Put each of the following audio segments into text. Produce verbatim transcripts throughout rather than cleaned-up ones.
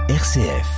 R C F.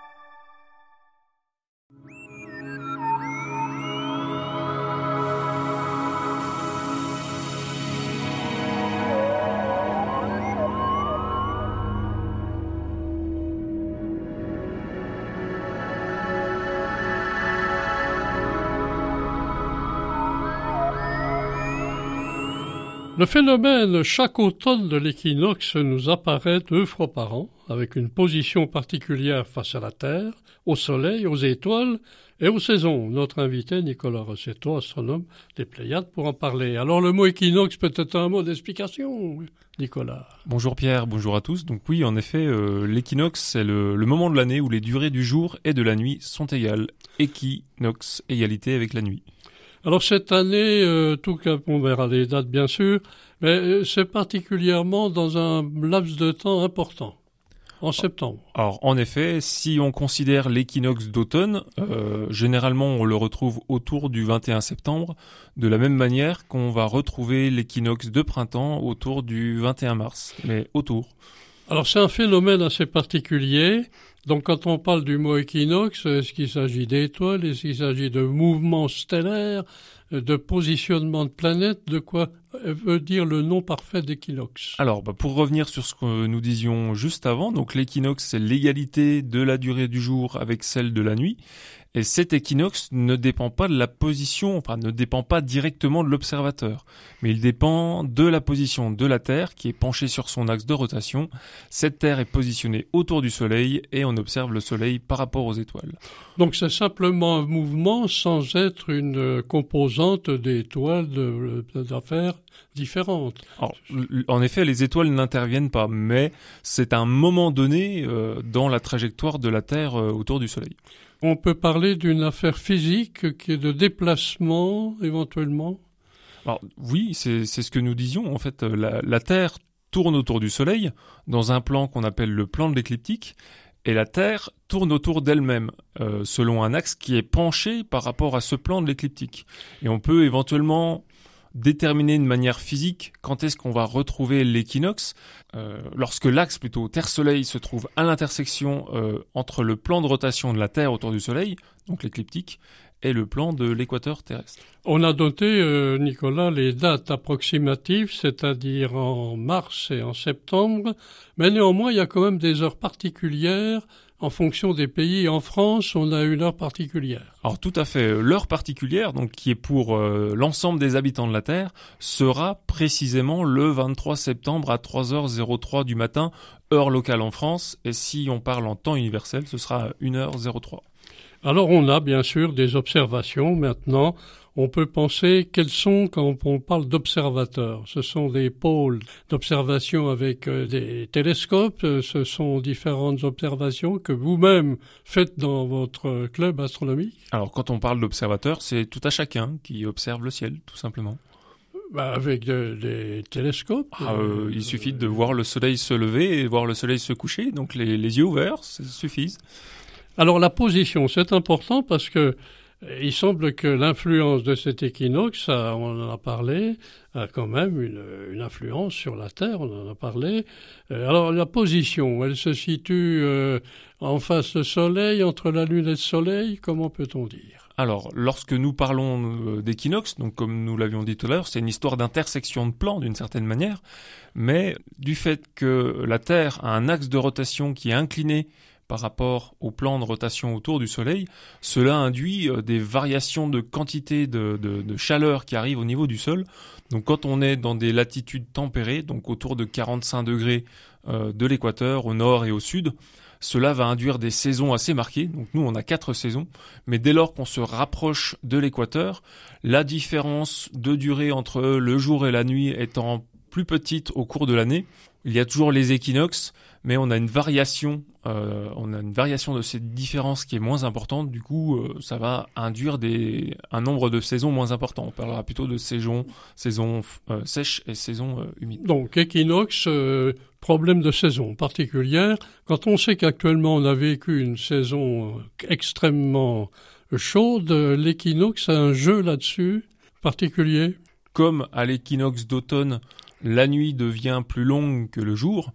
Le phénomène chaque automne de l'équinoxe nous apparaît deux fois par an, avec une position particulière face à la Terre, au Soleil, aux étoiles et aux saisons. Notre invité, Nicolas Rossetto, astronome des Pléiades, pour en parler. Alors le mot équinoxe, peut-être un mot d'explication, Nicolas. Bonjour Pierre, bonjour à tous. Donc oui, en effet, euh, l'équinoxe, c'est le, le moment de l'année où les durées du jour et de la nuit sont égales. Équinoxe, égalité avec la nuit. Alors cette année, euh, tout cas, on verra les dates bien sûr, mais euh, c'est particulièrement dans un laps de temps important, en septembre. Alors en effet, si on considère l'équinoxe d'automne, euh, généralement on le retrouve autour du vingt et un septembre, de la même manière qu'on va retrouver l'équinoxe de printemps autour du vingt et un mars, mais autour. Alors c'est un phénomène assez particulier. Donc quand on parle du mot équinoxe, est-ce qu'il s'agit d'étoiles, est-ce qu'il s'agit de mouvements stellaires, de positionnement de planètes, de quoi veut dire le nom parfait d'équinoxe? Alors bah, pour revenir sur ce que nous disions juste avant, donc l'équinoxe c'est l'égalité de la durée du jour avec celle de la nuit. Et cet équinoxe ne dépend pas de la position, enfin ne dépend pas directement de l'observateur, mais il dépend de la position de la Terre qui est penchée sur son axe de rotation. Cette Terre est positionnée autour du Soleil et on observe le Soleil par rapport aux étoiles. Donc c'est simplement un mouvement sans être une composante d'étoiles, de, d'affaires différentes. Alors, en effet, les étoiles n'interviennent pas, mais c'est un moment donné euh, dans la trajectoire de la Terre euh, autour du Soleil. On peut parler d'une affaire physique qui est de déplacement, éventuellement. Alors oui, c'est, c'est ce que nous disions. En fait, la, la Terre tourne autour du Soleil dans un plan qu'on appelle le plan de l'écliptique, et la Terre tourne autour d'elle-même euh, selon un axe qui est penché par rapport à ce plan de l'écliptique. Et on peut éventuellement déterminer de manière physique quand est-ce qu'on va retrouver l'équinoxe, euh, lorsque l'axe plutôt Terre-Soleil se trouve à l'intersection euh, entre le plan de rotation de la Terre autour du Soleil, donc l'écliptique, et le plan de l'équateur terrestre. On a noté, euh, Nicolas, les dates approximatives, c'est-à-dire en mars et en septembre, mais néanmoins, il y a quand même des heures particulières en fonction des pays. En France, on a une heure particulière. Alors tout à fait, l'heure particulière, donc qui est pour euh, l'ensemble des habitants de la Terre, sera précisément le vingt-trois septembre à trois heures trois du matin, heure locale en France, et si on parle en temps universel, ce sera à une heure trois. Alors on a bien sûr des observations maintenant. On peut penser quels sont, quand on parle d'observateurs, ce sont des pôles d'observation avec euh, des télescopes, ce sont différentes observations que vous-même faites dans votre club astronomique. Alors quand on parle d'observateurs, c'est tout à chacun qui observe le ciel, tout simplement. Bah, avec de, des télescopes. Ah, euh, il suffit de voir le soleil se lever et voir le soleil se coucher, donc les, les yeux ouverts, ça suffit. Alors la position, c'est important parce que il semble que l'influence de cet équinoxe, ça, on en a parlé, a quand même une, une influence sur la Terre, on en a parlé. Alors la position, elle se situe euh, en face du Soleil, entre la Lune et le Soleil, comment peut-on dire? Alors, lorsque nous parlons d'équinoxe, donc comme nous l'avions dit tout à l'heure, c'est une histoire d'intersection de plans d'une certaine manière, mais du fait que la Terre a un axe de rotation qui est incliné par rapport au plan de rotation autour du Soleil, cela induit des variations de quantité de, de, de chaleur qui arrivent au niveau du sol. Donc quand on est dans des latitudes tempérées, donc autour de quarante-cinq degrés euh, de l'équateur, au nord et au sud, cela va induire des saisons assez marquées. Donc nous, on a quatre saisons, mais dès lors qu'on se rapproche de l'équateur, la différence de durée entre le jour et la nuit étant plus petite au cours de l'année, il y a toujours les équinoxes, mais on a une variation, euh, on a une variation de cette différence qui est moins importante. Du coup, euh, ça va induire des, un nombre de saisons moins important. On parlera plutôt de saison, saison euh, sèche et saison euh, humide. Donc, équinoxe, euh, problème de saison particulière. Quand on sait qu'actuellement on a vécu une saison extrêmement chaude, l'équinoxe a un jeu là-dessus particulier. Comme à l'équinoxe d'automne, la nuit devient plus longue que le jour.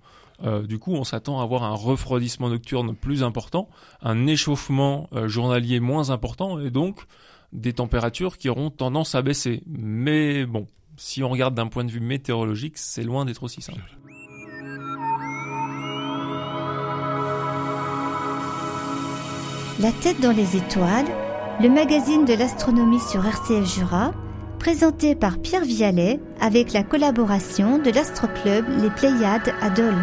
Euh, du coup, on s'attend à avoir un refroidissement nocturne plus important, un échauffement euh, journalier moins important, et donc des températures qui auront tendance à baisser. Mais bon, si on regarde d'un point de vue météorologique, c'est loin d'être aussi simple. La tête dans les étoiles, le magazine de l'astronomie sur R C F Jura, présenté par Pierre Vialet avec la collaboration de l'Astroclub Les Pléiades à Dole.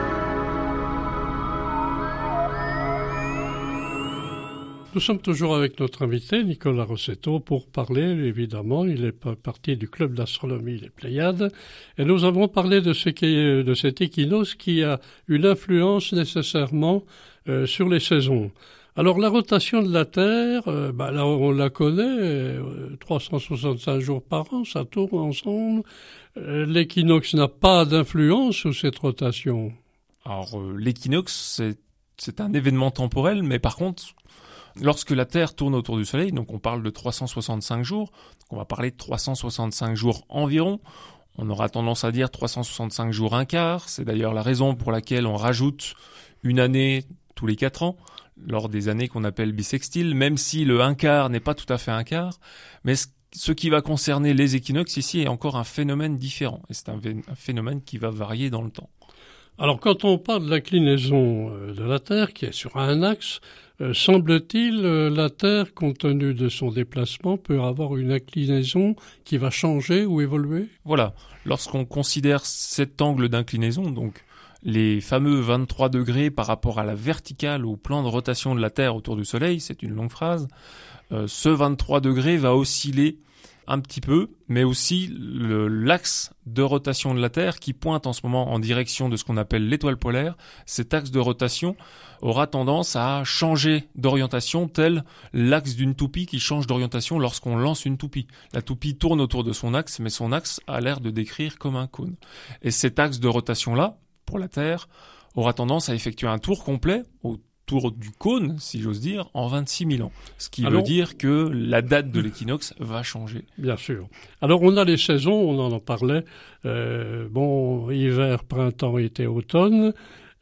Nous sommes toujours avec notre invité, Nicolas Rossetto, pour parler, évidemment, il est partie du club d'astronomie Les Pléiades, et nous avons parlé de, ce qui est, de cet équinoxe qui a une influence nécessairement euh, sur les saisons. Alors la rotation de la Terre, euh, bah, là on la connaît, euh, trois cent soixante-cinq jours par an, ça tourne ensemble. Euh, l'équinoxe n'a pas d'influence sur cette rotation. Alors euh, l'équinoxe, c'est, c'est un événement temporel, mais par contre, lorsque la Terre tourne autour du Soleil, donc on parle de trois cent soixante-cinq jours, donc on va parler de trois cent soixante-cinq jours environ. On aura tendance à dire trois cent soixante-cinq jours un quart. C'est d'ailleurs la raison pour laquelle on rajoute une année tous les quatre ans, lors des années qu'on appelle bissextiles, même si le un quart n'est pas tout à fait un quart. Mais ce qui va concerner les équinoxes ici est encore un phénomène différent. Et c'est un, un phénomène qui va varier dans le temps. Alors quand on parle de l'inclinaison de la Terre, qui est sur un axe, euh, semble-t-il, euh, la Terre, compte tenu de son déplacement, peut avoir une inclinaison qui va changer ou évoluer ? Voilà. Lorsqu'on considère cet angle d'inclinaison, donc les fameux vingt-trois degrés par rapport à la verticale au plan de rotation de la Terre autour du Soleil, c'est une longue phrase, euh, ce vingt-trois degrés va osciller un petit peu, mais aussi le, l'axe de rotation de la Terre qui pointe en ce moment en direction de ce qu'on appelle l'étoile polaire. Cet axe de rotation aura tendance à changer d'orientation, tel l'axe d'une toupie qui change d'orientation lorsqu'on lance une toupie. La toupie tourne autour de son axe, mais son axe a l'air de décrire comme un cône. Et cet axe de rotation-là, pour la Terre, aura tendance à effectuer un tour complet autour du cône, si j'ose dire, en vingt-six mille ans. Ce qui Alors, veut dire que la date de l'équinoxe va changer. Bien sûr. Alors on a les saisons, on en, en parlait, euh, bon, hiver, printemps, été, automne.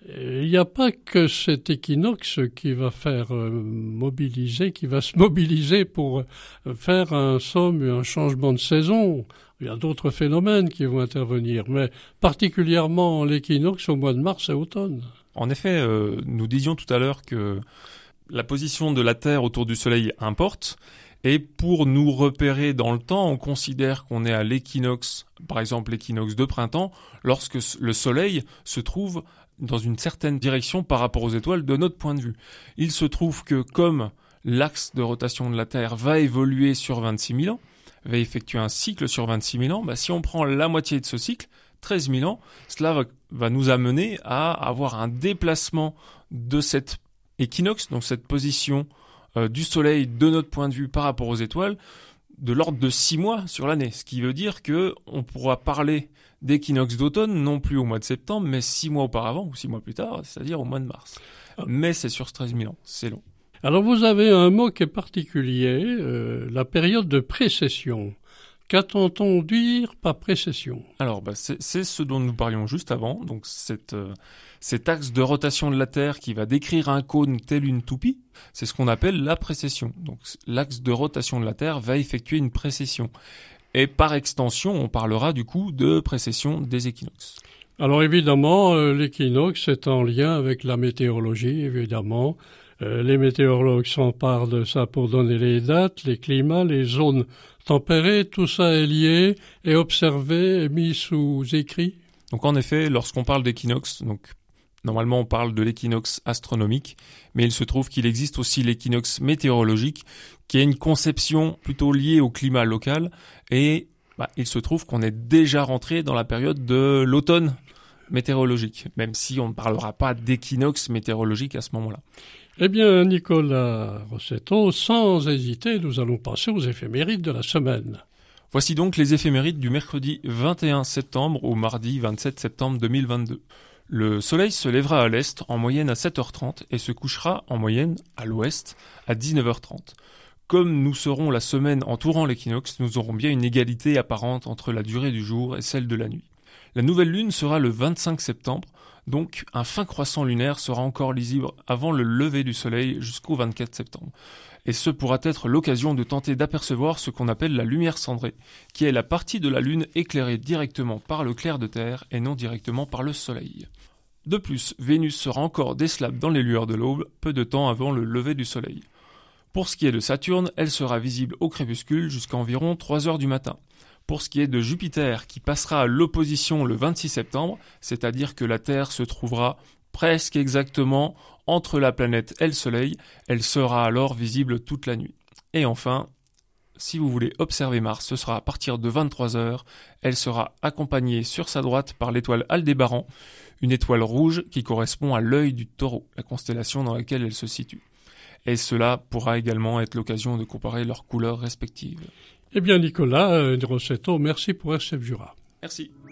Il n'y a pas que cet équinoxe qui va faire euh, mobiliser, qui va se mobiliser pour euh, faire un somme, un changement de saison. Il y a d'autres phénomènes qui vont intervenir, mais particulièrement l'équinoxe au mois de mars et automne. En effet, euh, nous disions tout à l'heure que la position de la Terre autour du Soleil importe, et pour nous repérer dans le temps, on considère qu'on est à l'équinoxe, par exemple l'équinoxe de printemps, lorsque le Soleil se trouve dans une certaine direction par rapport aux étoiles de notre point de vue. Il se trouve que comme l'axe de rotation de la Terre va évoluer sur vingt-six mille ans, va effectuer un cycle sur vingt-six mille ans, bah si on prend la moitié de ce cycle, treize mille ans, cela va, va nous amener à avoir un déplacement de cet équinoxe, donc cette position euh, du Soleil de notre point de vue par rapport aux étoiles, de l'ordre de six mois sur l'année. Ce qui veut dire que on pourra parler d'équinoxe d'automne, non plus au mois de septembre, mais six mois auparavant, ou six mois plus tard, c'est-à-dire au mois de mars. Mais c'est sur treize mille ans, c'est long. Alors vous avez un mot qui est particulier, euh, la période de précession. Qu'entend-on dire par précession ? Alors, bah, c'est, c'est ce dont nous parlions juste avant, donc cette, euh, cet axe de rotation de la Terre qui va décrire un cône tel une toupie, c'est ce qu'on appelle la précession. Donc l'axe de rotation de la Terre va effectuer une précession. Et par extension, on parlera du coup de précession des équinoxes. Alors évidemment, euh, l'équinoxe est en lien avec la météorologie, évidemment. Euh, les météorologues s'emparent de ça pour donner les dates, les climats, les zones tempérées, tout ça est lié et observé et mis sous écrit. Donc en effet, lorsqu'on parle d'équinoxe, donc normalement on parle de l'équinoxe astronomique, mais il se trouve qu'il existe aussi l'équinoxe météorologique, qui est une conception plutôt liée au climat local, et bah, il se trouve qu'on est déjà rentré dans la période de l'automne météorologique, même si on ne parlera pas d'équinoxe météorologique à ce moment-là. Eh bien, Nicolas Rossetto, sans hésiter, nous allons passer aux éphémérides de la semaine. Voici donc les éphémérides du mercredi vingt et un septembre au mardi vingt-sept septembre deux mille vingt-deux. Le soleil se lèvera à l'est en moyenne à sept heures trente et se couchera en moyenne à l'ouest à dix-neuf heures trente. Comme nous serons la semaine entourant l'équinoxe, nous aurons bien une égalité apparente entre la durée du jour et celle de la nuit. La nouvelle lune sera le vingt-cinq septembre, Donc un fin croissant lunaire sera encore lisible avant le lever du soleil jusqu'au vingt-quatre septembre. Et ce pourra être l'occasion de tenter d'apercevoir ce qu'on appelle la lumière cendrée, qui est la partie de la Lune éclairée directement par le clair de terre et non directement par le soleil. De plus, Vénus sera encore décelable dans les lueurs de l'aube, peu de temps avant le lever du soleil. Pour ce qui est de Saturne, elle sera visible au crépuscule jusqu'à environ trois heures du matin. Pour ce qui est de Jupiter, qui passera à l'opposition le vingt-six septembre, c'est-à-dire que la Terre se trouvera presque exactement entre la planète et le Soleil, elle sera alors visible toute la nuit. Et enfin, si vous voulez observer Mars, ce sera à partir de vingt-trois heures, elle sera accompagnée sur sa droite par l'étoile Aldébaran, une étoile rouge qui correspond à l'œil du Taureau, la constellation dans laquelle elle se situe. Et cela pourra également être l'occasion de comparer leurs couleurs respectives. Eh bien Nicolas Rossetto, merci pour R C F Jura. Merci.